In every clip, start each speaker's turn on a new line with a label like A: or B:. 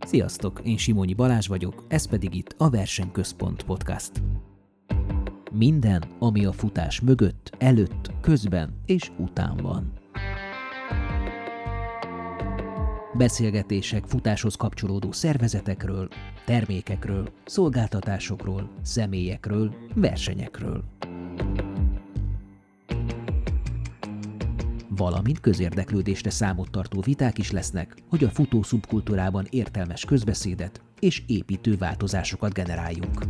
A: Sziasztok, én Simonyi Balázs vagyok, ez pedig itt a Versenyközpont Podcast. Minden, ami a futás mögött, előtt, közben és után van. Beszélgetések futáshoz kapcsolódó szervezetekről, termékekről, szolgáltatásokról, személyekről, versenyekről. Valamint közérdeklődésre számot tartó viták is lesznek, hogy a futó szubkultúrában értelmes közbeszédet és építő változásokat generáljunk.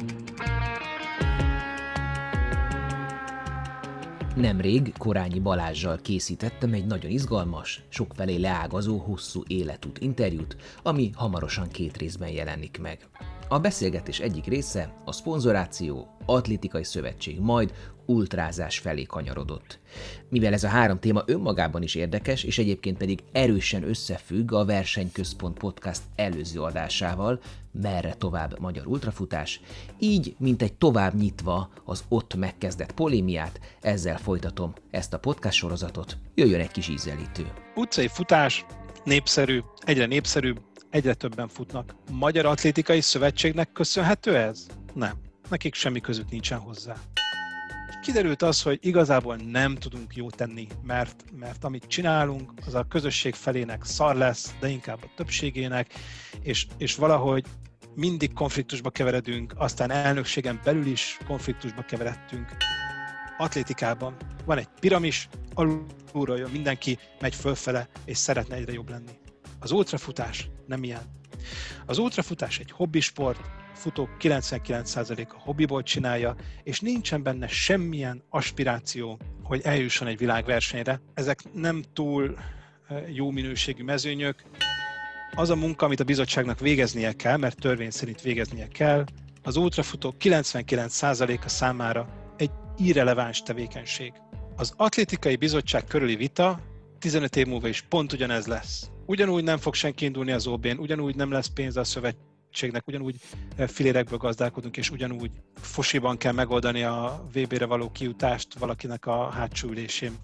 A: Nemrég Korányi Balázssal készítettem egy nagyon izgalmas, sokfelé leágazó, hosszú életút interjút, ami hamarosan 2 részben jelenik meg. A beszélgetés egyik része a szponzoráció, atlétikai szövetség, majd ultrázás felé kanyarodott. Mivel ez a 3 téma önmagában is érdekes, és egyébként pedig erősen összefügg a Versenyközpont Podcast előző adásával, Merre tovább magyar ultrafutás, így, mint egy tovább nyitva az ott megkezdett polémiát, ezzel folytatom ezt a podcast sorozatot. Jöjjön egy kis ízelítő.
B: Utcai futás népszerű, egyre népszerűbb, egyre többen futnak. Magyar Atlétikai Szövetségnek köszönhető ez? Nem. Nekik semmi közük nincsen hozzá. Kiderült az, hogy igazából nem tudunk jót tenni, mert amit csinálunk, az a közösség felének szar lesz, de inkább a többségének, és valahogy mindig konfliktusba keveredünk, aztán elnökségen belül is konfliktusba keveredtünk. Atlétikában van egy piramis, alulról jön mindenki, megy fölfele, és szeretne egyre jobb lenni. Az ultrafutás nem ilyen. Az ultrafutás egy hobbisport, a futók 99%-a hobbiból csinálja, és nincsen benne semmilyen aspiráció, hogy eljusson egy világversenyre. Ezek nem túl jó minőségű mezőnyök. Az a munka, amit a bizottságnak végeznie kell, mert törvény szerint végeznie kell, az ultrafutók 99%-a számára egy irreleváns tevékenység. Az Atlétikai Bizottság körüli vita 15 év múlva is pont ugyanez lesz. Ugyanúgy nem fog senki indulni az OB-n, ugyanúgy nem lesz pénz a szövetségnek, ugyanúgy filérekből gazdálkodunk, és ugyanúgy fosiban kell megoldani a VB-re való kijutást valakinek a hátsó ülésén.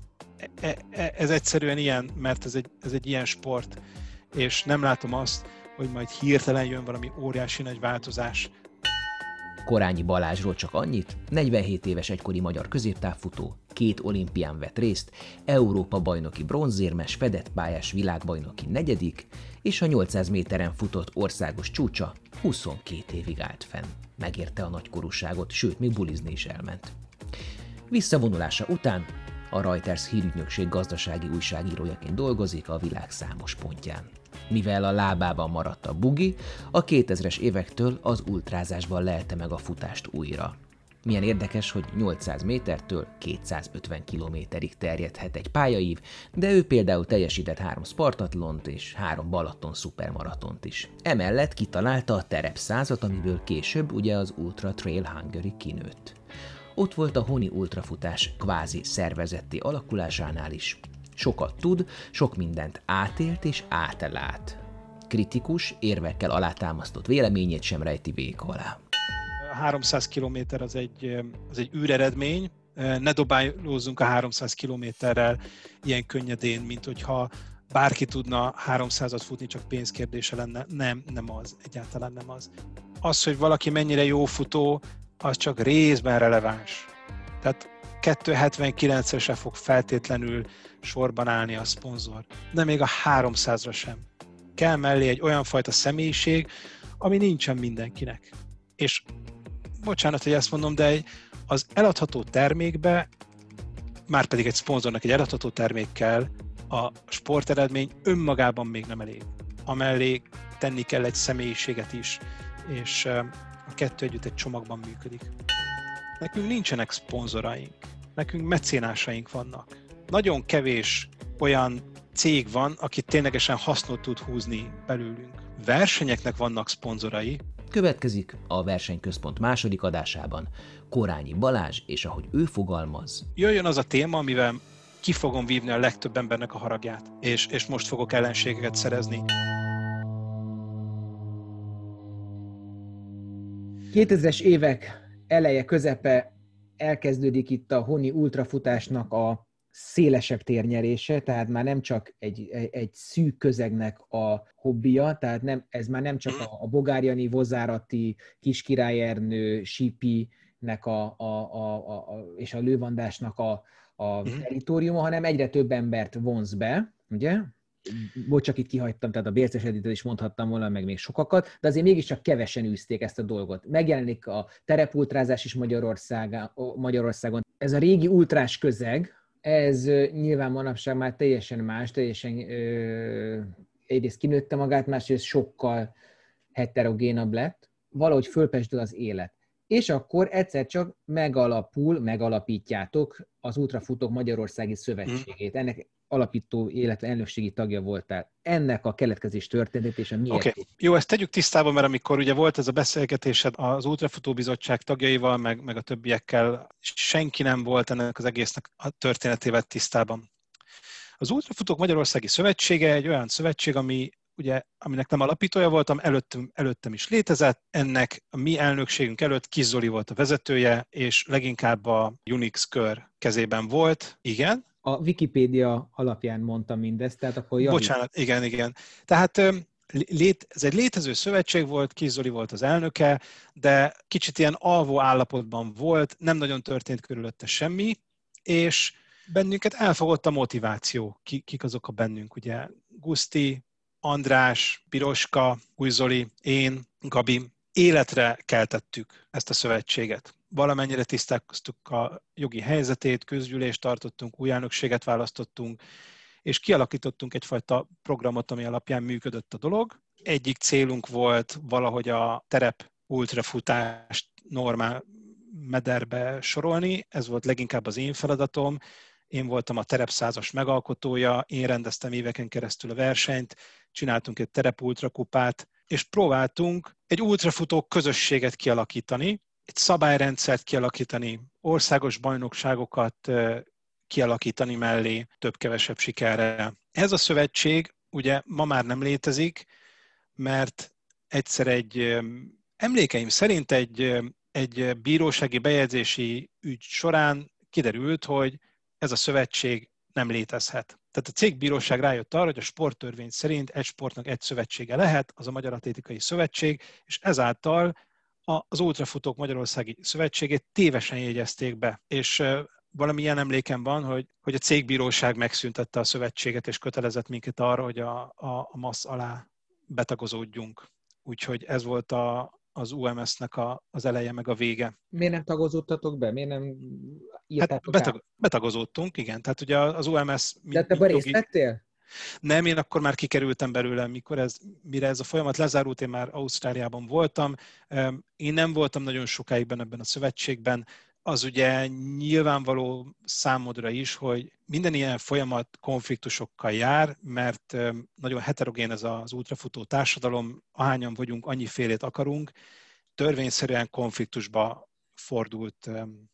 B: Ez egyszerűen ilyen, mert ez egy ilyen sport, és nem látom azt, hogy majd hirtelen jön valami óriási nagy változás.
A: Korányi Balázsról csak annyit, 47 éves egykori magyar középtávfutó, 2 olimpián vett részt, Európa-bajnoki bronzérmes, fedett pályás világbajnoki 4. és a 800 méteren futott országos csúcsa 22 évig állt fenn. Megérte a nagykorúságot, sőt, még bulizni is elment. Visszavonulása után a Reuters hírügynökség gazdasági újságírójaként dolgozik a világ számos pontján. Mivel a lábában maradt a bugi, a 2000-es évektől az ultrázásban lelte meg a futást újra. Milyen érdekes, hogy 800 métertől 250 kilométerig terjedhet egy pályaív, de ő például teljesített 3 Spartatlont és 3 Balaton szupermaratont is. Emellett kitalálta a terepszázat, amiből később ugye az Ultra Trail Hungary kinőtt. Ott volt a honi ultrafutás kvázi szervezetté alakulásánál is. Sokat tud, sok mindent átélt és átelát. Kritikus, érvekkel alátámasztott véleményét sem rejti véka alá.
B: 300 kilométer az egy űreredmény, ne dobálózzunk a 300 kilométerrel ilyen könnyedén, mint hogyha bárki tudna 300-at futni, csak pénzkérdése lenne. Nem az, egyáltalán nem az. Az, hogy valaki mennyire jó futó, az csak részben releváns. Tehát 2,79-re se fog feltétlenül sorban állni a szponzor, de még a 300-ra sem. Kell mellé egy olyan fajta személyiség, ami nincsen mindenkinek. És bocsánat, hogy ezt mondom, de az eladható termékbe, már pedig egy szponzornak egy eladható termékkel, a sporteredmény önmagában még nem elég. Amellé tenni kell egy személyiséget is, és a kettő együtt egy csomagban működik. Nekünk nincsenek szponzoraink, nekünk mecénásaink vannak. Nagyon kevés olyan cég van, aki ténylegesen hasznot tud húzni belőlünk. Versenyeknek vannak szponzorai.
A: Következik a Versenyközpont második adásában Korányi Balázs, és ahogy ő fogalmaz.
B: Jöjjön az a téma, amivel ki fogom vívni a legtöbb embernek a haragját, és most fogok ellenségeket szerezni.
C: 2000-es évek eleje, közepe elkezdődik itt a honi ultrafutásnak a
A: szélesebb térnyerése, tehát már nem csak egy szűk közegnek a hobbija, tehát ez már nem csak a Bogárjani, Vozárati, Kiskirályernő, Sipinek és a lővandásnak a territóriuma, hanem egyre több embert vonz be, ugye? Bocs, csak itt kihagytam, tehát a Bérces Editet is mondhattam volna, meg még sokakat, de azért mégiscsak kevesen űzték ezt a dolgot. Megjelenik a terepultrázás is Magyarországon. Ez a régi ultrás közeg, ez nyilván manapság már teljesen más, teljesen egyrészt kinőtte magát, másrészt sokkal heterogénabb lett, valahogy fölpesdül az élet. És akkor egyszer csak megalapítjátok az Ultrafutók Magyarországi Szövetségét. Ennek alapító, illetve elnökségi tagja voltál. Ennek a keletkezés történetét és a miért.
B: Okay. Jó, ezt tegyük tisztában, mert amikor ugye volt ez a beszélgetésed az Ultrafutó Bizottság tagjaival, meg a többiekkel, senki nem volt ennek az egésznek a történetével tisztában. Az Ultrafutók Magyarországi Szövetsége egy olyan szövetség, aminek nem alapítója voltam, előttem is létezett. Ennek a mi elnökségünk előtt Kis Zoli volt a vezetője, és leginkább a Unix kör kezében volt. Igen.
A: A Wikipédia alapján mondtam mindezt, tehát akkor javít.
B: Bocsánat, igen. Tehát ez egy létező szövetség volt, Kis Zoli volt az elnöke, de kicsit ilyen alvó állapotban volt, nem nagyon történt körülötte semmi, és bennünket elfogott a motiváció. Kik azok a bennünk, ugye? Guszti, András, Piroska, Új Zoli, én, Gabi. Életre keltettük ezt a szövetséget. Valamennyire tisztáztuk a jogi helyzetét, közgyűlést tartottunk, új elnökséget választottunk, és kialakítottunk egyfajta programot, ami alapján működött a dolog. Egyik célunk volt valahogy a terep ultrafutást normál mederbe sorolni, ez volt leginkább az én feladatom. Én voltam a terepszázas megalkotója, én rendeztem éveken keresztül a versenyt, csináltunk egy terep ultrakupát, és próbáltunk egy ultrafutó közösséget kialakítani, egy szabályrendszert kialakítani, országos bajnokságokat kialakítani mellé több-kevesebb sikerrel. Ez a szövetség ugye ma már nem létezik, mert egyszer emlékeim szerint egy bírósági bejegyzési ügy során kiderült, hogy ez a szövetség nem létezhet. Tehát a cégbíróság rájött arra, hogy a sporttörvény szerint egy sportnak egy szövetsége lehet, az a Magyar Atlétikai Szövetség, és ezáltal az Ultrafutók Magyarországi Szövetségét tévesen jegyezték be. És valami ilyen emlékem van, hogy a cégbíróság megszüntette a szövetséget, és kötelezett minket arra, hogy a MASZ alá betagozódjunk. Úgyhogy ez volt az UMS-nek az eleje meg a vége.
A: Miért nem tagozódtatok be? Miért nem írtátok
B: betagozódtunk, igen. Tehát ugye az UMS...
A: De te részt vettél?
B: Nem, én akkor már kikerültem belőle, mire ez a folyamat lezárult, én már Ausztráliában voltam. Én nem voltam nagyon sokáig ebben a szövetségben. Az ugye nyilvánvaló számodra is, hogy minden ilyen folyamat konfliktusokkal jár, mert nagyon heterogén ez az ultrafutó társadalom, ahányan vagyunk, annyifélét akarunk. Törvényszerűen konfliktusba fordult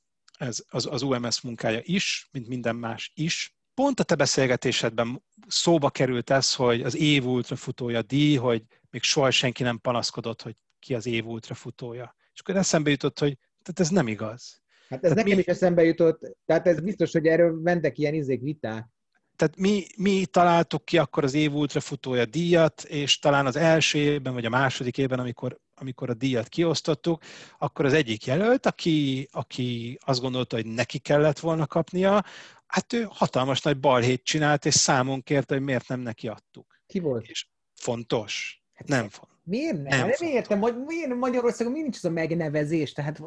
B: ez az UMS munkája is, mint minden más is. Pont a te beszélgetésedben szóba került ez, hogy az év ultrafutója díj, hogy még soha senki nem panaszkodott, hogy ki az év ultrafutója. És akkor eszembe jutott, hogy tehát ez nem igaz.
A: Hát ez nekem is eszembe jutott, tehát ez biztos, hogy erről mentek ilyen viták.
B: Tehát mi találtuk ki akkor az év ultrafutója díjat, és talán az első évben, vagy a második évben, amikor a díjat kiosztottuk, akkor az egyik jelölt, aki azt gondolta, hogy neki kellett volna kapnia, hát ő hatalmas nagy balhét csinált, és számon kérte, hogy miért nem neki adtuk.
A: Ki volt?
B: És fontos.
A: Hát
B: nem fontos.
A: Miért nem? Nem értem, hogy miért Magyarországon miért nincs az a megnevezés? Tehát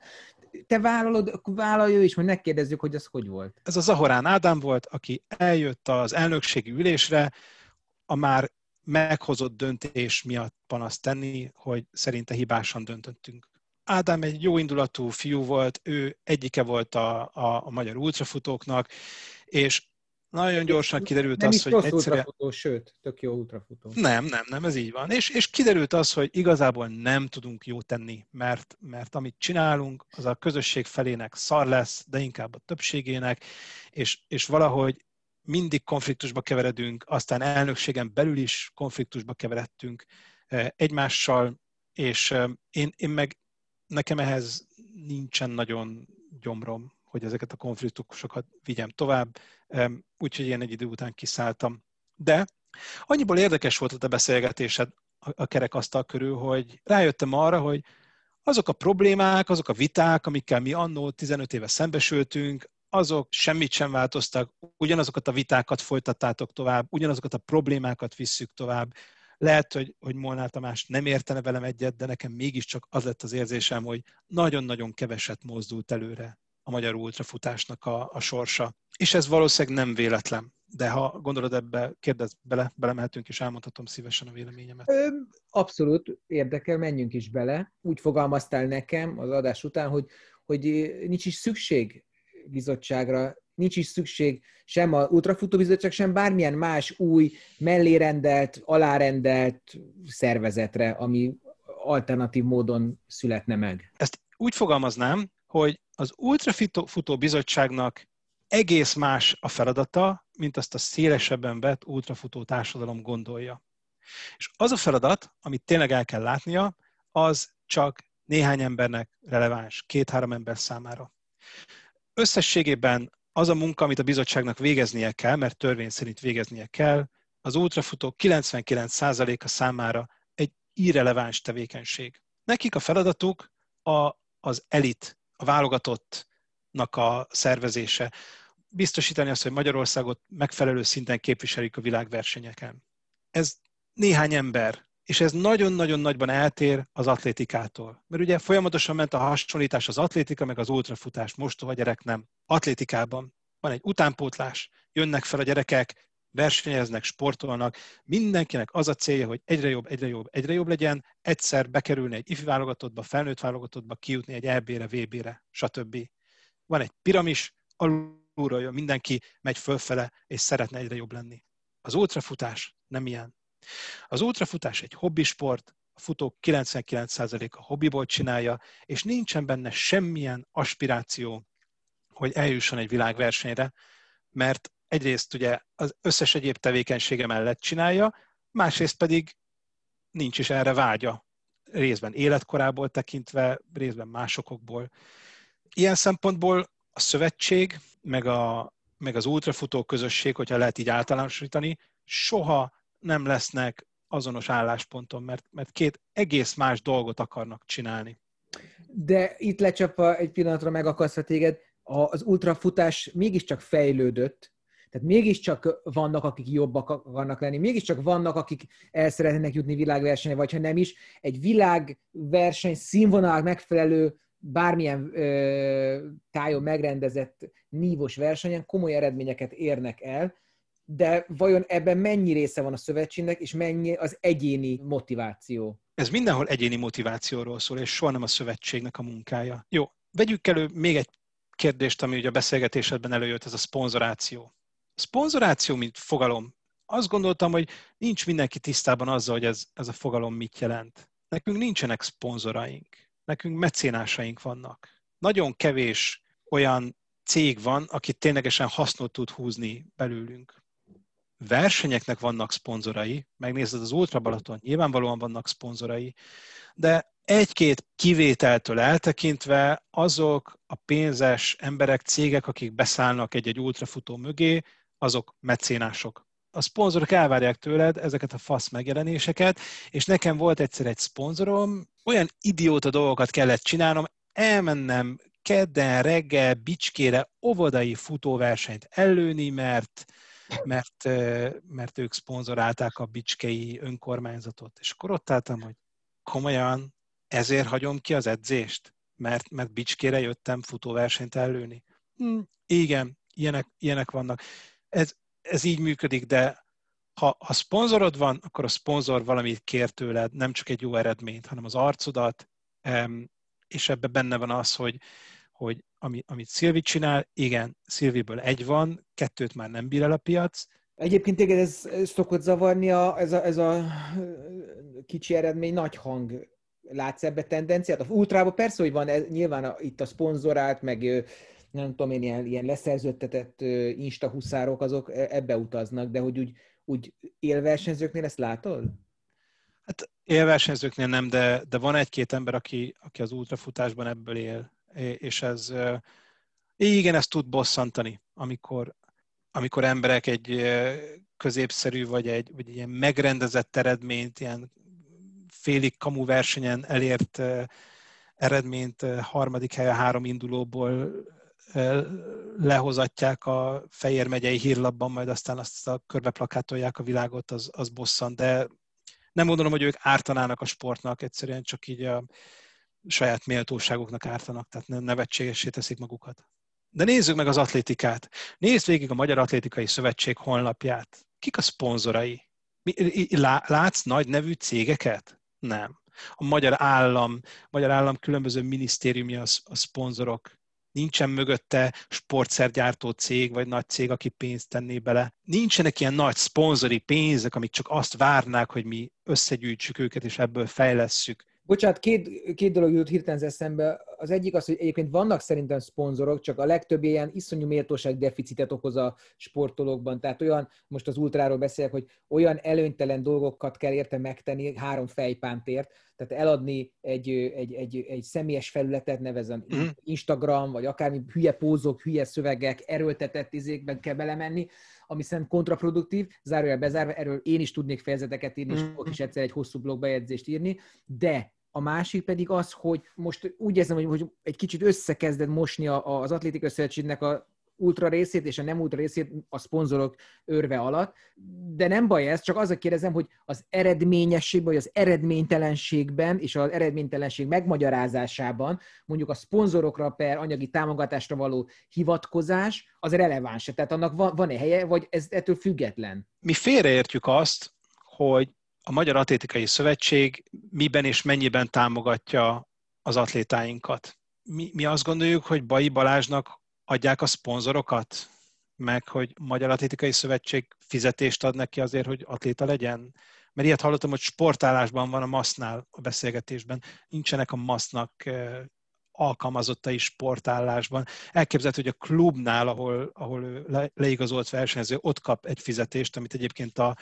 A: te vállalod, akkor vállalja is, hogy megkérdezzük, hogy az hogy volt.
B: Ez a Zahorán Ádám volt, aki eljött az elnökségi ülésre a már meghozott döntés miatt panaszt tenni, hogy szerinte hibásan döntöttünk. Ádám egy jóindulatú fiú volt, ő egyike volt a magyar ultrafutóknak, és nagyon gyorsan kiderült
A: nem
B: az,
A: is
B: hogy
A: rossz
B: egyszerűen...
A: ultrafutó, sőt, tök jó ultrafutó.
B: Nem, ez így van. És kiderült az, hogy igazából nem tudunk jót tenni, mert amit csinálunk, az a közösség felének szar lesz, de inkább a többségének, és valahogy mindig konfliktusba keveredünk, aztán elnökségen belül is konfliktusba keveredtünk egymással, és én meg nekem ehhez nincsen nagyon gyomrom, hogy ezeket a konfliktusokat vigyem tovább, úgyhogy én egy idő után kiszálltam. De annyiból érdekes volt a beszélgetésed a kerekasztal körül, hogy rájöttem arra, hogy azok a problémák, azok a viták, amikkel mi annó 15 éve szembesültünk, azok semmit sem változtak, ugyanazokat a vitákat folytattátok tovább, ugyanazokat a problémákat visszük tovább. Lehet, hogy Molnár Tamás nem értene velem egyet, de nekem mégiscsak az lett az érzésem, hogy nagyon-nagyon keveset mozdult előre a magyar ultrafutásnak a sorsa. És ez valószínűleg nem véletlen. De ha gondolod ebbe, kérdezz belemehetünk, és elmondhatom szívesen a véleményemet.
C: Abszolút érdekel, menjünk is bele. Úgy fogalmaztál nekem az adás után, hogy nincs is szükség bizottságra, nincs is szükség sem a Ultrafutó Bizottság, sem bármilyen más új, mellérendelt, alárendelt szervezetre, ami alternatív módon születne meg.
B: Ezt úgy fogalmaznám, hogy az Ultrafutó Bizottságnak egész más a feladata, mint azt a szélesebben vett ultrafutó társadalom gondolja. És az a feladat, amit tényleg el kell látnia, az csak néhány embernek releváns, 2-3 ember számára. Összességében az a munka, amit a bizottságnak végeznie kell, mert törvény szerint végeznie kell, az ultrafutó 99%-a számára egy irreleváns tevékenység. Nekik a feladatuk az elit, a válogatottnak a szervezése. Biztosítani azt, hogy Magyarországot megfelelő szinten képviselik a világversenyeken. Ez néhány ember, és ez nagyon-nagyon nagyban eltér az atlétikától. Mert ugye folyamatosan ment a hasonlítás az atlétika, meg az ultrafutás, mostoha gyerek nem. Atlétikában van egy utánpótlás, jönnek fel a gyerekek, versenyeznek, sportolnak, mindenkinek az a célja, hogy egyre jobb legyen, egyszer bekerülni egy ifi válogatottba, felnőtt válogatottba, kijutni egy EB-re, VB-re, stb. Van egy piramis, alulról jön mindenki, megy fölfele, és szeretne egyre jobb lenni. Az ultrafutás nem ilyen. Az ultrafutás egy hobbisport, a futók 99%-a hobbiból csinálja, és nincsen benne semmilyen aspiráció, hogy eljusson egy világversenyre, mert egyrészt ugye az összes egyéb tevékenysége mellett csinálja, másrészt pedig nincs is erre vágya, részben életkorából tekintve, részben másokból. Ilyen szempontból a szövetség, meg az ultrafutó közösség, hogyha lehet így általánosítani, soha nem lesznek azonos állásponton, mert két egész más dolgot akarnak csinálni.
C: De itt lecsapva egy pillanatra megakasztva téged, az ultrafutás mégiscsak fejlődött, tehát mégiscsak vannak, akik jobbak akarnak lenni, mégiscsak vannak, akik el szeretnének jutni világversenyre, vagy ha nem is, egy világverseny színvonal megfelelő bármilyen tájon megrendezett nívós versenyen komoly eredményeket érnek el, de vajon ebben mennyi része van a szövetségnek, és mennyi az egyéni motiváció?
B: Ez mindenhol egyéni motivációról szól, és soha nem a szövetségnek a munkája. Jó, vegyük elő még egy kérdést, ami ugye a beszélgetésedben előjött, ez a szponzoráció. A szponzoráció, mint fogalom, azt gondoltam, hogy nincs mindenki tisztában azzal, hogy ez a fogalom mit jelent. Nekünk nincsenek szponzoraink, nekünk mecénásaink vannak. Nagyon kevés olyan cég van, aki ténylegesen hasznot tud húzni belőlünk. Versenyeknek vannak szponzorai, megnézed az Ultra Balaton, nyilvánvalóan vannak szponzorai, de egy-két kivételtől eltekintve azok a pénzes emberek, cégek, akik beszállnak egy ultrafutó mögé, azok mecénások. A szponzorok elvárják tőled ezeket a fasz megjelenéseket, és nekem volt egyszer egy szponzorom, olyan idióta dolgokat kellett csinálnom, elmennem kedden reggel Bicskére óvodai futóversenyt ellőni, mert ők szponzorálták a bicskei önkormányzatot. És akkor ott álltam, hogy komolyan ezért hagyom ki az edzést? Mert Bicskére jöttem futóversenyt ellőni? Igen, ilyenek vannak. Ez így működik, de ha szponzorod van, akkor a szponzor valamit kér tőled, nem csak egy jó eredményt, hanem az arcodat, és ebben benne van az, hogy amit Szilvi csinál, igen, Szilviből egy van, 2 már nem bír el a piac.
C: Egyébként téged ez szokott zavarni, ez a kicsi eredmény, nagy hang. Látsz ebbe tendenciát? A ultrában persze, hogy van nyilván itt a szponzorált, meg nem tudom én, ilyen leszerződtetett instahuszárok, azok ebbe utaznak, de hogy úgy élversenyzőknél ezt látod?
B: Hát élversenyzőknél nem, de van egy-két ember, aki az ultrafutásban ebből él, és Igen, ezt tud bosszantani, amikor emberek egy középszerű, vagy egy ilyen megrendezett eredményt, ilyen félig kamu versenyen elért eredményt harmadik helyen 3 indulóból lehozatják a Fejér megyei hírlapban, majd aztán azt a körbe plakátolják a világot, az bosszant, de nem gondolom, hogy ők ártanának a sportnak, egyszerűen csak így a saját méltóságuknak ártanak, tehát nevetségessé teszik magukat. De nézzük meg az atlétikát. Nézd végig a Magyar Atlétikai Szövetség honlapját. Kik a szponzorai? Látsz nagy nevű cégeket? Nem. A magyar állam különböző minisztériumja a szponzorok. Nincsen mögötte sportszergyártó cég, vagy nagy cég, aki pénzt tenné bele. Nincsenek ilyen nagy szponzori pénzek, amik csak azt várnák, hogy mi összegyűjtsük őket, és ebből fejlesszük.
C: Bocsánat, két dolog jut hirtelen eszembe. Az egyik az, hogy egyébként vannak szerintem szponzorok, csak a legtöbb ilyen iszonyú méltóságdeficitet okoz a sportolókban. Tehát olyan, most az ultráról beszélek, hogy olyan előnytelen dolgokat kell érte megtenni 3 fejpántért, tehát eladni egy személyes felületet, nevezem Instagram, vagy akármi hülye pózok, hülye szövegek, erőltetett izékben kell belemenni, ami szerintem kontraproduktív, zárójel bezárva, erről én is tudnék fejezeteket írni, és fogok is egyszer egy hosszú blogbejegyzést írni, de a másik pedig az, hogy most úgy érzem, hogy egy kicsit összekezded mosni az Atlétikai Szövetségnek a ultra részét és a nem ultra részét a szponzorok örve alatt, de nem baj ez, csak azért kérdezem, hogy az eredményességben, vagy az eredménytelenségben és az eredménytelenség megmagyarázásában mondjuk a szponzorokra per anyagi támogatásra való hivatkozás az releváns. Tehát annak van-e helye, vagy ez ettől független?
B: Mi félreértjük azt, hogy a Magyar Atlétikai Szövetség miben és mennyiben támogatja az atlétáinkat. Mi azt gondoljuk, hogy Bai Balázsnak adják a szponzorokat, meg hogy a Magyar Atlétikai Szövetség fizetést ad neki azért, hogy atléta legyen. Mert ilyet hallottam, hogy sportállásban van a MASZ-nál a beszélgetésben. Nincsenek a MASZ-nak alkalmazottai sportállásban. Elképzelhető, hogy a klubnál, ahol ő leigazolt versenyző, ott kap egy fizetést, amit egyébként a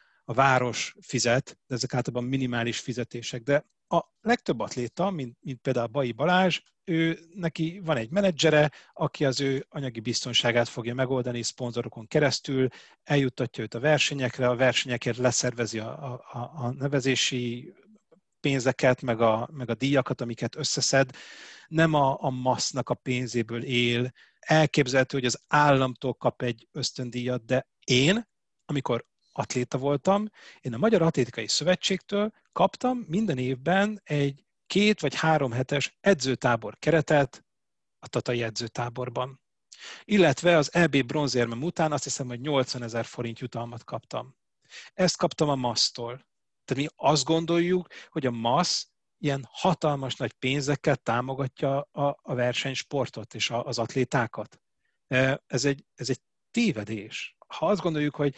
B: város fizet, de ezek általában minimális fizetések. De a legtöbb atléta, mint például Bai Balázs, neki van egy menedzsere, aki az ő anyagi biztonságát fogja megoldani szponzorokon keresztül, eljuttatja őt a versenyekre, a versenyekért leszervezi a nevezési pénzeket, meg a díjakat, amiket összeszed. Nem a MASZ-nak a pénzéből él. Elképzelhető, hogy az államtól kap egy ösztöndíjat, de én, amikor atléta voltam, én a Magyar Atlétikai Szövetségtől kaptam minden évben egy 2 vagy 3 hetes edzőtábor keretet a tatai edzőtáborban. Illetve az EB bronzérmem után azt hiszem, hogy 80 000 forint jutalmat kaptam. Ezt kaptam a MASZ-tól. Tehát mi azt gondoljuk, hogy a MASZ ilyen hatalmas nagy pénzekkel támogatja a versenysportot és az atlétákat. Ez egy tévedés. Ha azt gondoljuk, hogy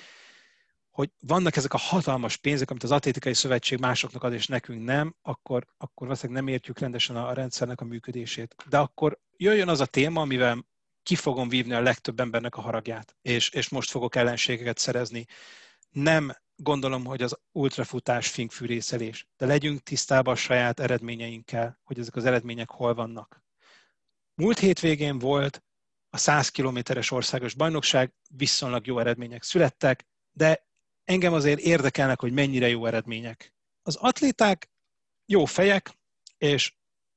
B: vannak ezek a hatalmas pénzek, amit az Atlétikai Szövetség másoknak ad, és nekünk nem, akkor valószínűleg nem értjük rendesen a rendszernek a működését. De akkor jöjjön az a téma, amivel ki fogom vívni a legtöbb embernek a haragját, és most fogok ellenségeket szerezni. Nem gondolom, hogy az ultrafutás finkfűrészelés, de legyünk tisztában a saját eredményeinkkel, hogy ezek az eredmények hol vannak. Múlt hétvégén volt a 100 kilométeres országos bajnokság, viszonylag jó eredmények születtek, de engem azért érdekelnek, hogy mennyire jó eredmények. Az atléták jó fejek, és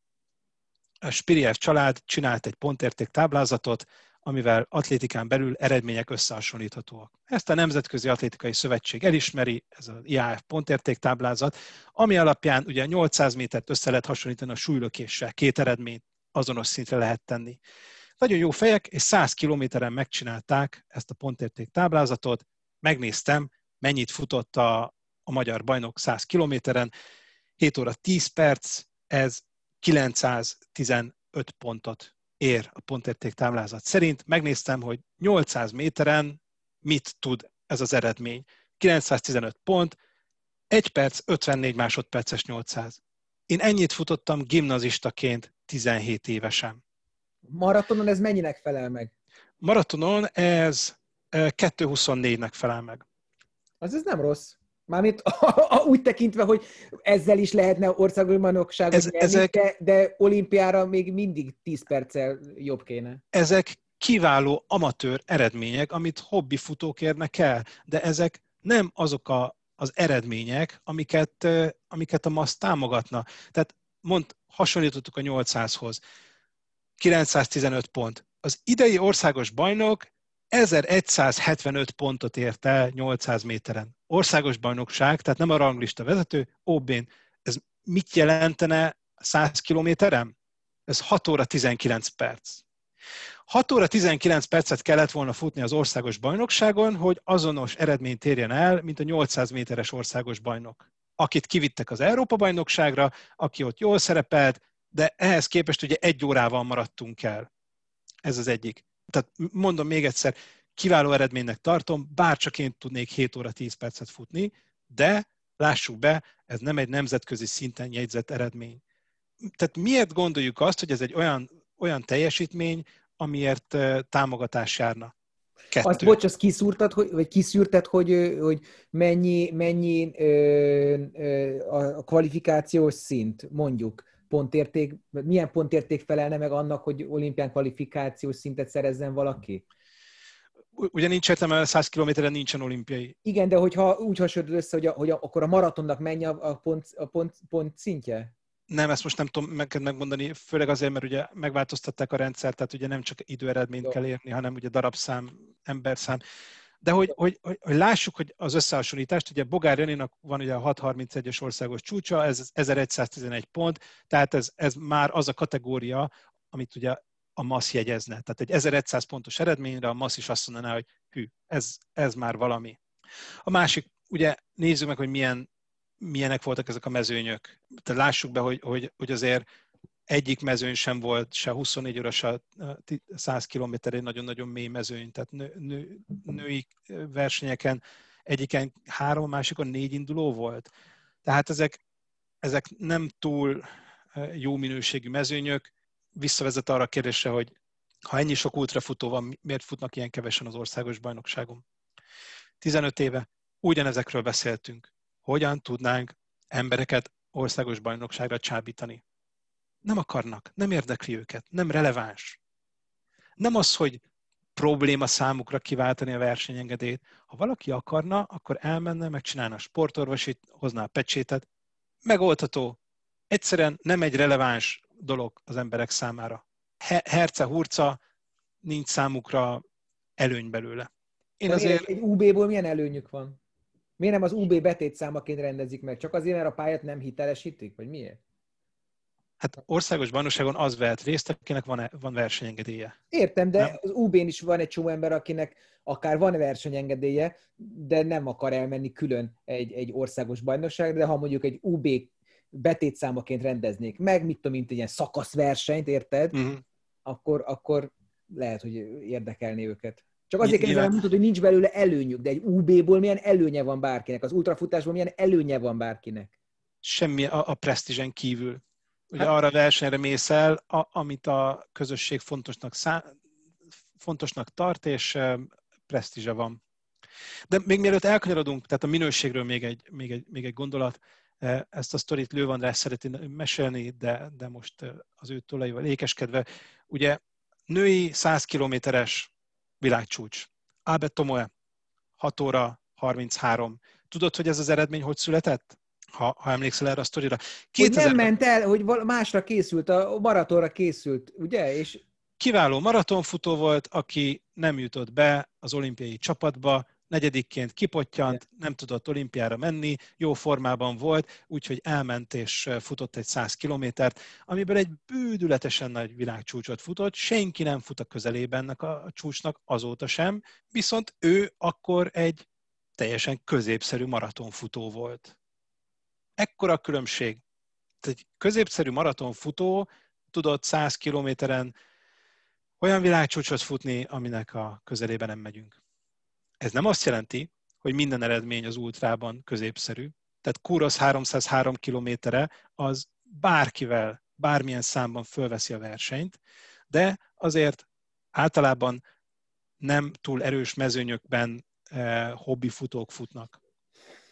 B: a Spiriev család csinált egy pontérték táblázatot, amivel atlétikán belül eredmények összehasonlíthatóak. Ezt a Nemzetközi Atlétikai Szövetség elismeri, ez az IAF pontérték táblázat, ami alapján ugye 800 métert össze lehet hasonlítani a súlylökéssel, 2 eredményt azonos szintre lehet tenni. Nagyon jó fejek, és 100 kilométeren megcsinálták ezt a pontérték táblázatot. Megnéztem, mennyit futott a magyar bajnok 100 kilométeren. 7 óra 10 perc, ez 915 pontot ér a pontérték táblázat szerint. Megnéztem, hogy 800 méteren mit tud ez az eredmény. 915 pont, 1 perc, 54 másodperces 800. Én ennyit futottam gimnazistaként 17 évesen.
C: Maratonon ez mennyinek felel meg?
B: Maratonon ez 2.24-nek felel meg.
C: Az ez nem rossz. Mármint úgy tekintve, hogy ezzel is lehetne országos bajnokságot nyerni, de olimpiára még mindig 10 perccel jobb kéne.
B: Ezek kiváló amatőr eredmények, amit hobbi futók érnek el, de ezek nem azok az eredmények, amiket a MASZ támogatna. Tehát hasonlítottuk a 800-hoz. 915 pont. Az idei országos bajnok 1175 pontot ért el 800 méteren. Országos bajnokság, tehát nem a ranglista vezető, OB-n. Ez mit jelentene 100 kilométeren? Ez 6 óra 19 perc. 6 óra 19 percet kellett volna futni az országos bajnokságon, hogy azonos eredményt érjen el, mint a 800 méteres országos bajnok. Akit kivittek az Európa-bajnokságra, aki ott jól szerepelt, de ehhez képest ugye 1 órával maradtunk el. Ez az egyik. Tehát mondom még egyszer, kiváló eredménynek tartom, bárcsak én tudnék 7 óra 10 percet futni, de lássuk be, ez nem egy nemzetközi szinten jegyzett eredmény. Tehát miért gondoljuk azt, hogy ez egy olyan teljesítmény, amiért támogatás járna? 2.
C: Azt kiszűrted, hogy mennyi a kvalifikációs szint, mondjuk, pontérték, milyen pontérték felelne meg annak, hogy olimpián kvalifikációs szintet szerezzen valaki?
B: Ugye nincs értelme, 100 kilométeren nincsen olimpiai.
C: Igen, de hogyha úgy hasonlítod össze, hogy akkor a maratonnak mennyi a pont szintje?
B: Nem, ezt most nem tudom megmondani, főleg azért, mert ugye megváltoztatták a rendszert, tehát ugye nem csak időeredményt kell érni, hanem ugye darabszám, emberszám. De hogy lássuk, hogy az összehasonlítást, ugye Bogár Janinak van ugye a 6.31-es országos csúcsa, ez 1111 pont, tehát ez már az a kategória, amit ugye a MASZ jegyezne. Tehát egy 1100 pontos eredményre a MASZ is azt mondaná, hogy hű, ez már valami. A másik, ugye nézzük meg, hogy milyenek voltak ezek a mezőnyök. Tehát lássuk be, hogy azért egyik mezőny sem volt, se 24 óra, se 100 kilométer egy nagyon-nagyon mély mezőny. Tehát női versenyeken egyiken 3, a másikon 4 induló volt. Tehát ezek nem túl jó minőségű mezőnyök. Visszavezet arra a kérdésre, hogy ha ennyi sok ultrafutó van, miért futnak ilyen kevesen az országos bajnokságon? 15 éve ugyanezekről beszéltünk. Hogyan tudnánk embereket országos bajnokságra csábítani? Nem akarnak, nem érdekli őket, nem releváns. Nem az, hogy probléma számukra kiváltani a versenyengedélyt. Ha valaki akarna, akkor elmenne, megcsinálna a sportorvosit, hozná a pecsétet. Megoldható. Egyszerűen nem egy releváns dolog az emberek számára. Herce-hurca, nincs számukra előny belőle.
C: Egy UB-ból milyen előnyük van? Miért nem az UB betétszámaként rendezik meg? Csak azért, mert a pályát nem hitelesítik? Vagy miért?
B: Hát országos bajnokságon az vehet részt, akinek van versenyengedélye.
C: Értem, de nem? Az UB-n is van egy csomó ember, akinek akár van versenyengedélye, de nem akar elmenni külön egy országos bajnokságra, de ha mondjuk egy UB betétszámaként rendeznék meg, mit tudom, mint egy ilyen szakaszversenyt, érted? Uh-huh. Akkor lehet, hogy érdekelni őket. Csak azért kell mondani, hogy nincs belőle előnyük, de egy UB-ból milyen előnye van bárkinek? Az ultrafutásból milyen előnye van bárkinek?
B: Semmi a presztízsen kívül. Ugye arra versenyre mész el, amit a közösség fontosnak tart, és presztízse van. De még mielőtt elkanyarodunk, tehát a minőségről még egy gondolat, ezt a sztorit Lőv András szereti mesélni, de most az ő tollaival ékeskedve. Ugye női 100 kilométeres világcsúcs. Albert Tomoe, 6 óra 33. Tudod, hogy ez az eredmény hogy született? Ha emlékszel erre a sztorira.
C: Hogy nem ment el, hogy másra készült, a maratonra készült, ugye? És
B: kiváló maratonfutó volt, aki nem jutott be az olimpiai csapatba, 4. kipottyant, nem tudott olimpiára menni, jó formában volt, úgyhogy elment és futott egy 100 kilométert, amiből egy bődületesen nagy világcsúcsot futott, senki nem fut a közelében ennek a csúcsnak, azóta sem, viszont ő akkor egy teljesen középszerű maratonfutó volt. Ekkora a különbség. Egy középszerű maratonfutó tudott 100 kilométeren olyan világcsúcsot futni, aminek a közelében nem megyünk. Ez nem azt jelenti, hogy minden eredmény az ultrában középszerű. Tehát Kouros 303 kilométere az bárkivel, bármilyen számban fölveszi a versenyt, de azért általában nem túl erős mezőnyökben hobbifutók futnak.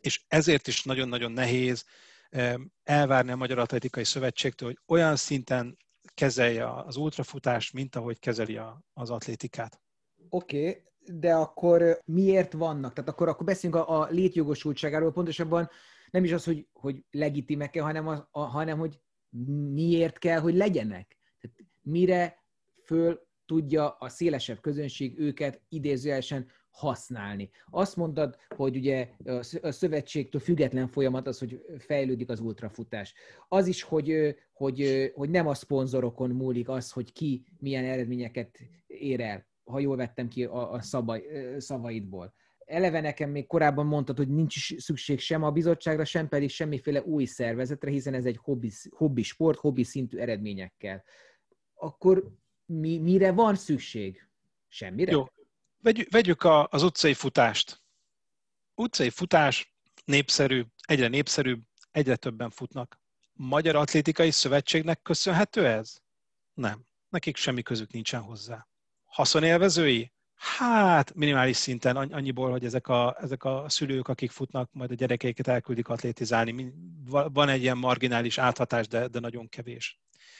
B: És ezért is nagyon-nagyon nehéz elvárni a Magyar Atlétikai Szövetségtől, hogy olyan szinten kezelje az ultrafutást, mint ahogy kezeli az atlétikát.
C: Oké, de akkor miért vannak? Tehát akkor beszéljünk a létjogosultságáról, pontosabban nem is az, hogy legitimek-e, hanem hogy miért kell, hogy legyenek. Tehát mire föl tudja a szélesebb közönség őket idézőjelesen használni. Azt mondtad, hogy ugye a szövetségtől független folyamat az, hogy fejlődik az ultrafutás. Az is, hogy nem a szponzorokon múlik az, hogy ki milyen eredményeket ér el, ha jól vettem ki a szavaidból. Eleve nekem még korábban mondtad, hogy nincs is szükség sem a bizottságra, sem pedig semmiféle új szervezetre, hiszen ez egy hobbi sport, hobbi szintű eredményekkel. Akkor mire van szükség? Semmire?
B: Jó. Vegyük az utcai futást. Utcai futás népszerű, egyre többen futnak. Magyar Atlétikai Szövetségnek köszönhető ez? Nem. Nekik semmi közük nincsen hozzá. Haszonélvezői? Hát minimális szinten annyiból, hogy ezek a szülők, akik futnak, majd a gyerekeiket elküldik atlétizálni. Van egy ilyen marginális áthatás, de nagyon kevés.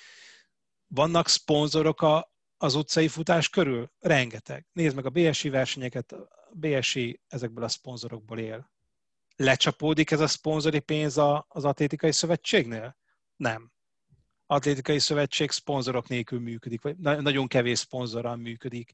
B: Vannak szponzorok az utcai futás körül? Rengeteg. Nézd meg a BSI versenyeket, a BSI ezekből a szponzorokból él. Lecsapódik ez a szponzori pénz az Atlétikai Szövetségnél? Nem. Atlétikai Szövetség szponzorok nélkül működik, vagy nagyon kevés szponzorral működik.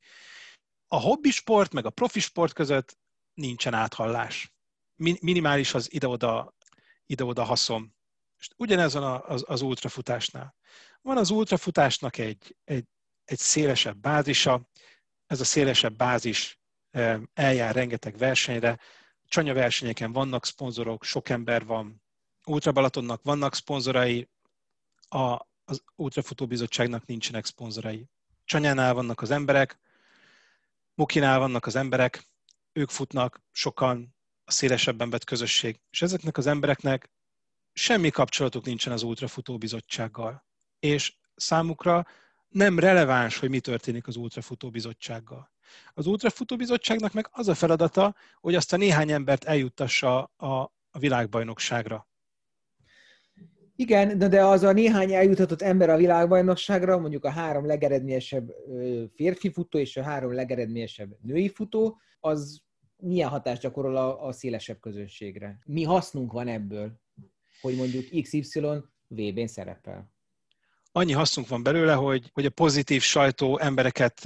B: A hobbisport meg a profisport között nincsen áthallás. Minimális az ide-oda haszon. És ugyanez van az ultrafutásnál. Van az ultrafutásnak egy szélesebb bázisa, ez a szélesebb bázis eljár rengeteg versenyre, csanyaversenyeken vannak szponzorok, sok ember van, Ultra Balatonnak vannak szponzorai, az Ultrafutóbizottságnak nincsenek szponzorai. Csanyánál vannak az emberek, Mukinál vannak az emberek, ők futnak, sokan, a szélesebben vett közösség. És ezeknek az embereknek semmi kapcsolatuk nincsen az Ultrafutóbizottsággal. És számukra nem releváns, hogy mi történik az Ultrafutóbizottsággal. Az Ultrafutóbizottságnak meg az a feladata, hogy azt a néhány embert eljuttassa a világbajnokságra.
C: Igen, de az a néhány eljutatott ember a világbajnokságra, mondjuk a 3 legeredményesebb férfi futó és a 3 legeredményesebb női futó, az milyen hatást gyakorol a szélesebb közönségre? Mi hasznunk van ebből, hogy mondjuk XY VB-n szerepel?
B: Annyi hasznunk van belőle, hogy a pozitív sajtó embereket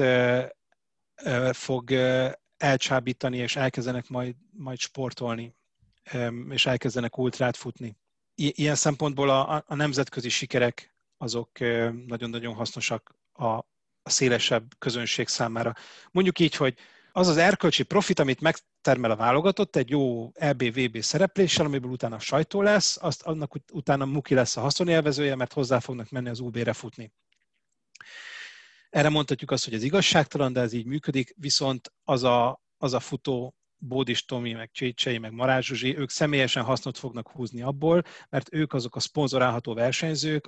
B: fog elcsábítani, és elkezdenek majd sportolni, és elkezdenek ultrát futni. Ilyen szempontból a nemzetközi sikerek azok nagyon-nagyon hasznosak a szélesebb közönség számára. Mondjuk így, hogy az az erkölcsi profit, amit megtermel a válogatott egy jó EB-VB szerepléssel, amiből utána sajtó lesz, annak utána Muki lesz a haszonélvezője, mert hozzá fognak menni az UB-re futni. Erre mondhatjuk azt, hogy ez igazságtalan, de ez így működik, viszont az a futó, Bódis Tomi, meg Csécsei, meg Marázs Zsuzsi, ők személyesen hasznot fognak húzni abból, mert ők azok a szponzorálható versenyzők,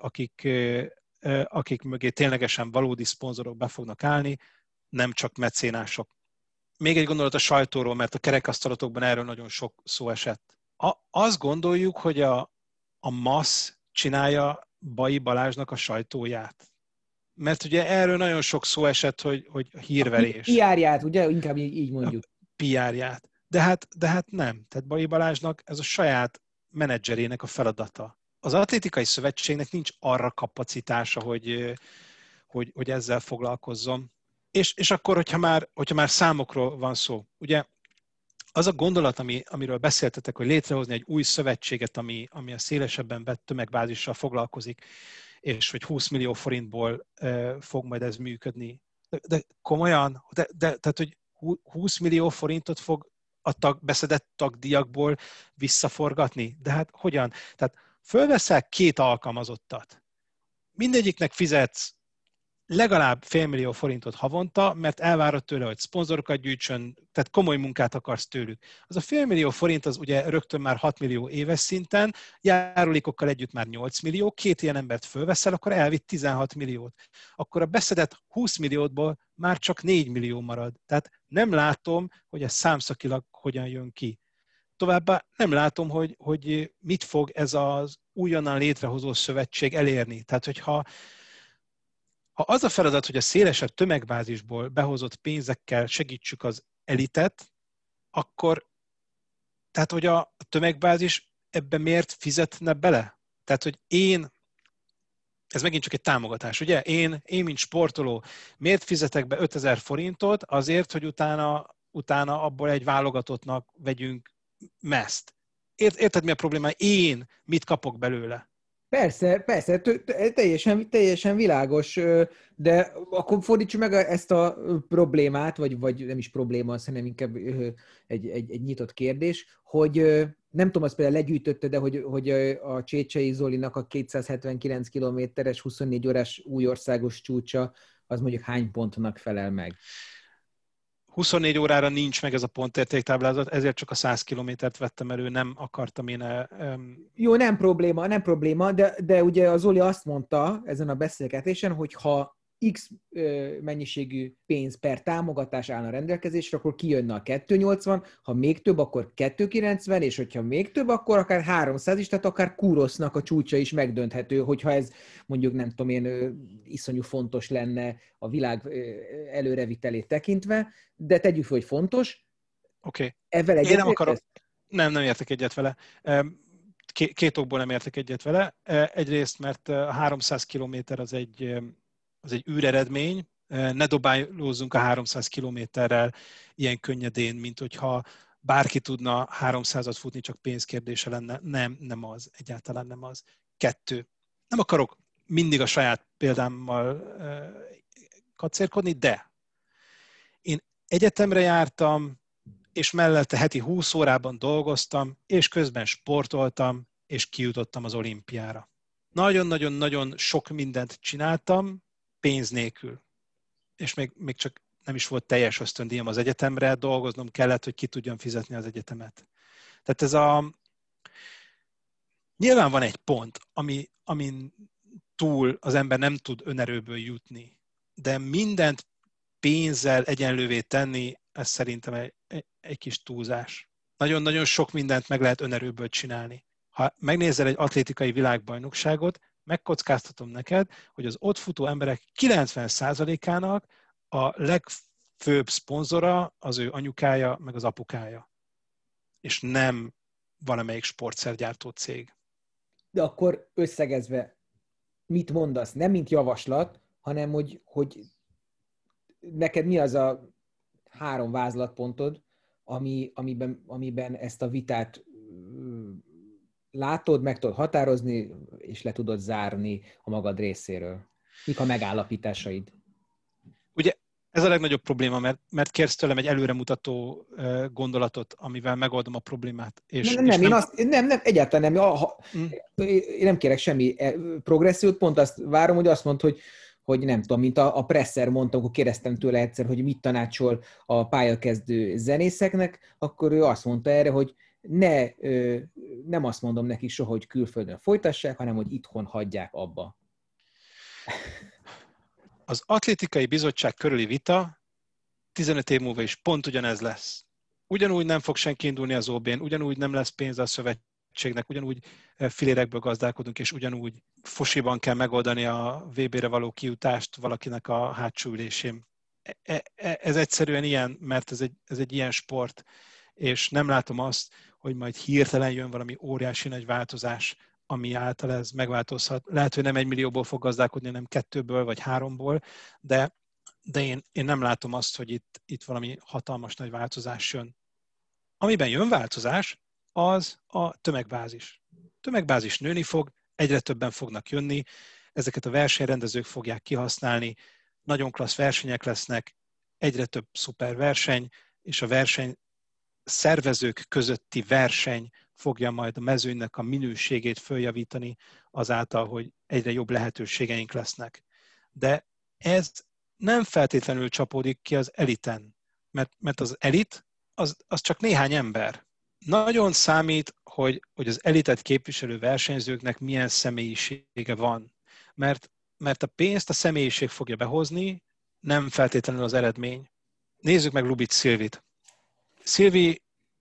B: akik mögé ténylegesen valódi szponzorok be fognak állni, nem csak mecénások. Még egy gondolat a sajtóról, mert a kerekasztalatokban erről nagyon sok szó esett. Azt gondoljuk, hogy a MASZ csinálja Bai Balázsnak a sajtóját. Mert ugye erről nagyon sok szó esett, hogy hírverés.
C: A PR-ját, ugye? Inkább így mondjuk.
B: PR-ját. De hát nem. Tehát Bai Balázsnak ez a saját menedzserének a feladata. Az Atlétikai Szövetségnek nincs arra kapacitása, hogy ezzel foglalkozzon. És akkor, hogyha már számokról van szó, ugye az a gondolat, amiről beszéltetek, hogy létrehozni egy új szövetséget, ami a szélesebben vett tömegbázissal foglalkozik, és hogy 20 millió forintból fog majd ez működni. De komolyan, tehát, hogy 20 millió forintot fog a beszedett tagdíjakból visszaforgatni? De hát hogyan? Tehát fölveszel 2 alkalmazottat. Mindegyiknek fizetsz legalább $500 000 forintot havonta, mert elvárod tőle, hogy szponzorokat gyűjtsön, tehát komoly munkát akarsz tőlük. Az a $500 000 forint az ugye rögtön már 6 millió éves szinten, járulékokkal együtt már 8 millió, 2 ilyen embert fölveszel, akkor elvitt 16 milliót. Akkor a beszedett 20 milliótból már csak 4 millió marad. Tehát nem látom, hogy ez számszakilag hogyan jön ki. Továbbá nem látom, hogy mit fog ez az újonnan létrehozó szövetség elérni. Tehát, hogyha az a feladat, hogy a szélesebb tömegbázisból behozott pénzekkel segítsük az elitet, akkor, tehát, hogy a tömegbázis ebbe miért fizetne bele? Tehát, hogy ez megint csak egy támogatás, ugye? Én mint sportoló, miért fizetek be 5000 forintot azért, hogy utána abból egy válogatottnak vegyünk meszt? Érted, mi a probléma? Én mit kapok belőle?
C: Persze, teljesen világos, de akkor fordítsuk meg ezt a problémát, vagy nem is probléma, hanem inkább egy nyitott kérdés, hogy nem tudom, azt például legyűjtötte, de hogy a Csécsei Zolinak a 279 kilométeres, 24 órás új országos csúcsa, az mondjuk hány pontnak felel meg?
B: 24 órára nincs meg ez a pontértéktáblázat, ezért csak a 100 kilométert vettem elő, nem akartam én...
C: Jó, nem probléma, de ugye az Zoli azt mondta ezen a beszélgetésen, hogy ha X mennyiségű pénz per támogatás állna rendelkezésre, akkor kijönne a 280, ha még több, akkor 290, és hogyha még több, akkor akár 300 is, tehát akár Kurosznak a csúcsa is megdönthető, hogyha ez mondjuk nem tudom én iszonyú fontos lenne a világ előrevitelét tekintve, de tegyük fel, hogy fontos.
B: Oké.
C: Ezzel
B: Én nem akarok. Nem értek egyet vele. Két okból nem értek egyet vele. Egyrészt, mert 300 kilométer az egy űreredmény, ne dobálózzunk a 300 kilométerrel ilyen könnyedén, mint hogyha bárki tudna 300-at futni, csak pénzkérdése lenne. Nem az, egyáltalán nem az. 2. Nem akarok mindig a saját példámmal kacérkodni, de én egyetemre jártam, és mellette heti 20 órában dolgoztam, és közben sportoltam, és kijutottam az olimpiára. Nagyon-nagyon-nagyon sok mindent csináltam, pénz nélkül. És még csak nem is volt teljes ösztöndíjam az egyetemre, dolgoznom kellett, hogy ki tudjam fizetni az egyetemet. Tehát nyilván van egy pont, amin túl az ember nem tud önerőből jutni, de mindent pénzzel egyenlővé tenni, ez szerintem egy kis túlzás. Nagyon-nagyon sok mindent meg lehet önerőből csinálni. Ha megnézel egy atlétikai világbajnokságot, megkockáztatom neked, hogy az ott futó emberek 90%-ának a legfőbb szponzora az ő anyukája, meg az apukája. És nem valamelyik sportszergyártó cég.
C: De akkor összegezve, mit mondasz? Nem mint javaslat, hanem hogy neked mi az a 3 vázlatpontod, amiben ezt a vitát látod, meg tudod határozni, és le tudod zárni a magad részéről. Mik a megállapításaid?
B: Ugye ez a legnagyobb probléma, mert kérsz tőlem egy előremutató gondolatot, amivel megoldom a problémát.
C: Nem, egyáltalán nem. Én nem kérek semmi progressziót, pont azt várom, hogy azt mondd, hogy nem tudom, mint a Presser mondta, akkor kérdeztem tőle egyszer, hogy mit tanácsol a pályakezdő zenészeknek, akkor ő azt mondta erre, hogy nem azt mondom nekik soha, hogy külföldön folytassák, hanem hogy itthon hagyják abba.
B: Az atlétikai bizottság körüli vita 15 év múlva is pont ugyanez lesz. Ugyanúgy nem fog senki indulni az OB-n, ugyanúgy nem lesz pénz a szövetségnek, ugyanúgy filérekből gazdálkodunk, és ugyanúgy fosiban kell megoldani a VB-re való kijutást valakinek a hátsó ülésén. Ez egyszerűen ilyen, mert ez egy ilyen sport, és nem látom azt, hogy majd hirtelen jön valami óriási nagy változás, ami által ez megváltozhat. Lehet, hogy nem 1 millióból fog gazdálkodni, hanem 2-ből vagy 3-ból, de én nem látom azt, hogy itt valami hatalmas nagy változás jön. Amiben jön változás, az a tömegbázis. Tömegbázis nőni fog, egyre többen fognak jönni, ezeket a versenyrendezők fogják kihasználni, nagyon klassz versenyek lesznek, egyre több szuper verseny, és a verseny szervezők közötti verseny fogja majd a mezőnynek a minőségét följavítani azáltal, hogy egyre jobb lehetőségeink lesznek. De ez nem feltétlenül csapódik ki az eliten, mert az elit az csak néhány ember. Nagyon számít, hogy az elitet képviselő versenyzőknek milyen személyisége van, mert a pénzt a személyiség fogja behozni, nem feltétlenül az eredmény. Nézzük meg Lubitz Szilvit. Szilvi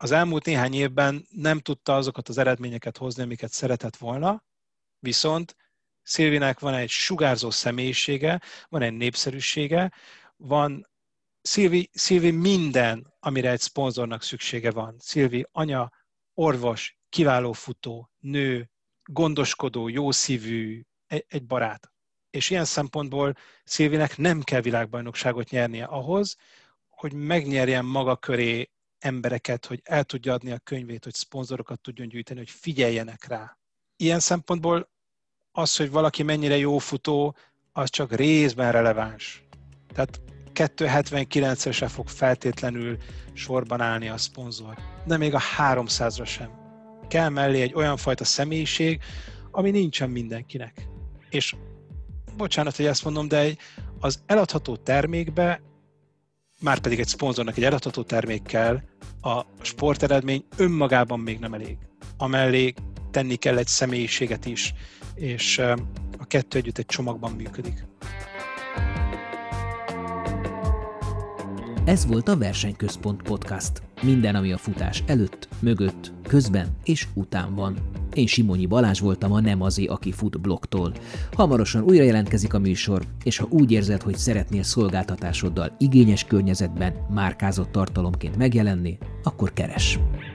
B: az elmúlt néhány évben nem tudta azokat az eredményeket hozni, amiket szeretett volna, viszont Szilvinek van egy sugárzó személyisége, van egy népszerűsége, van Szilvi minden, amire egy szponzornak szüksége van. Szilvi anya, orvos, kiváló futó, nő, gondoskodó, jószívű, egy barát. És ilyen szempontból Szilvinek nem kell világbajnokságot nyernie ahhoz, hogy megnyerjen maga köré embereket, hogy el tudja adni a könyvét, hogy szponzorokat tudjon gyűjteni, hogy figyeljenek rá. Ilyen szempontból az, hogy valaki mennyire jó futó, az csak részben releváns. Tehát 2,79-re fog feltétlenül sorban állni a szponzor, de még a 300-ra sem. Kell mellé egy olyan fajta személyiség, ami nincsen mindenkinek. És bocsánat, hogy ezt mondom, de az eladható termékbe, már pedig egy szponzornak egy eladható termék kell, a sporteredmény önmagában még nem elég. Amellé tenni kell egy személyiséget is, és a kettő együtt egy csomagban működik.
A: Ez volt a Versenyközpont Podcast. Minden, ami a futás előtt, mögött, közben és után van. Én Simonyi Balázs voltam a Nem azé, aki fut blogtól. Hamarosan újra jelentkezik a műsor, és ha úgy érzed, hogy szeretnél szolgáltatásoddal igényes környezetben márkázott tartalomként megjelenni, akkor keress!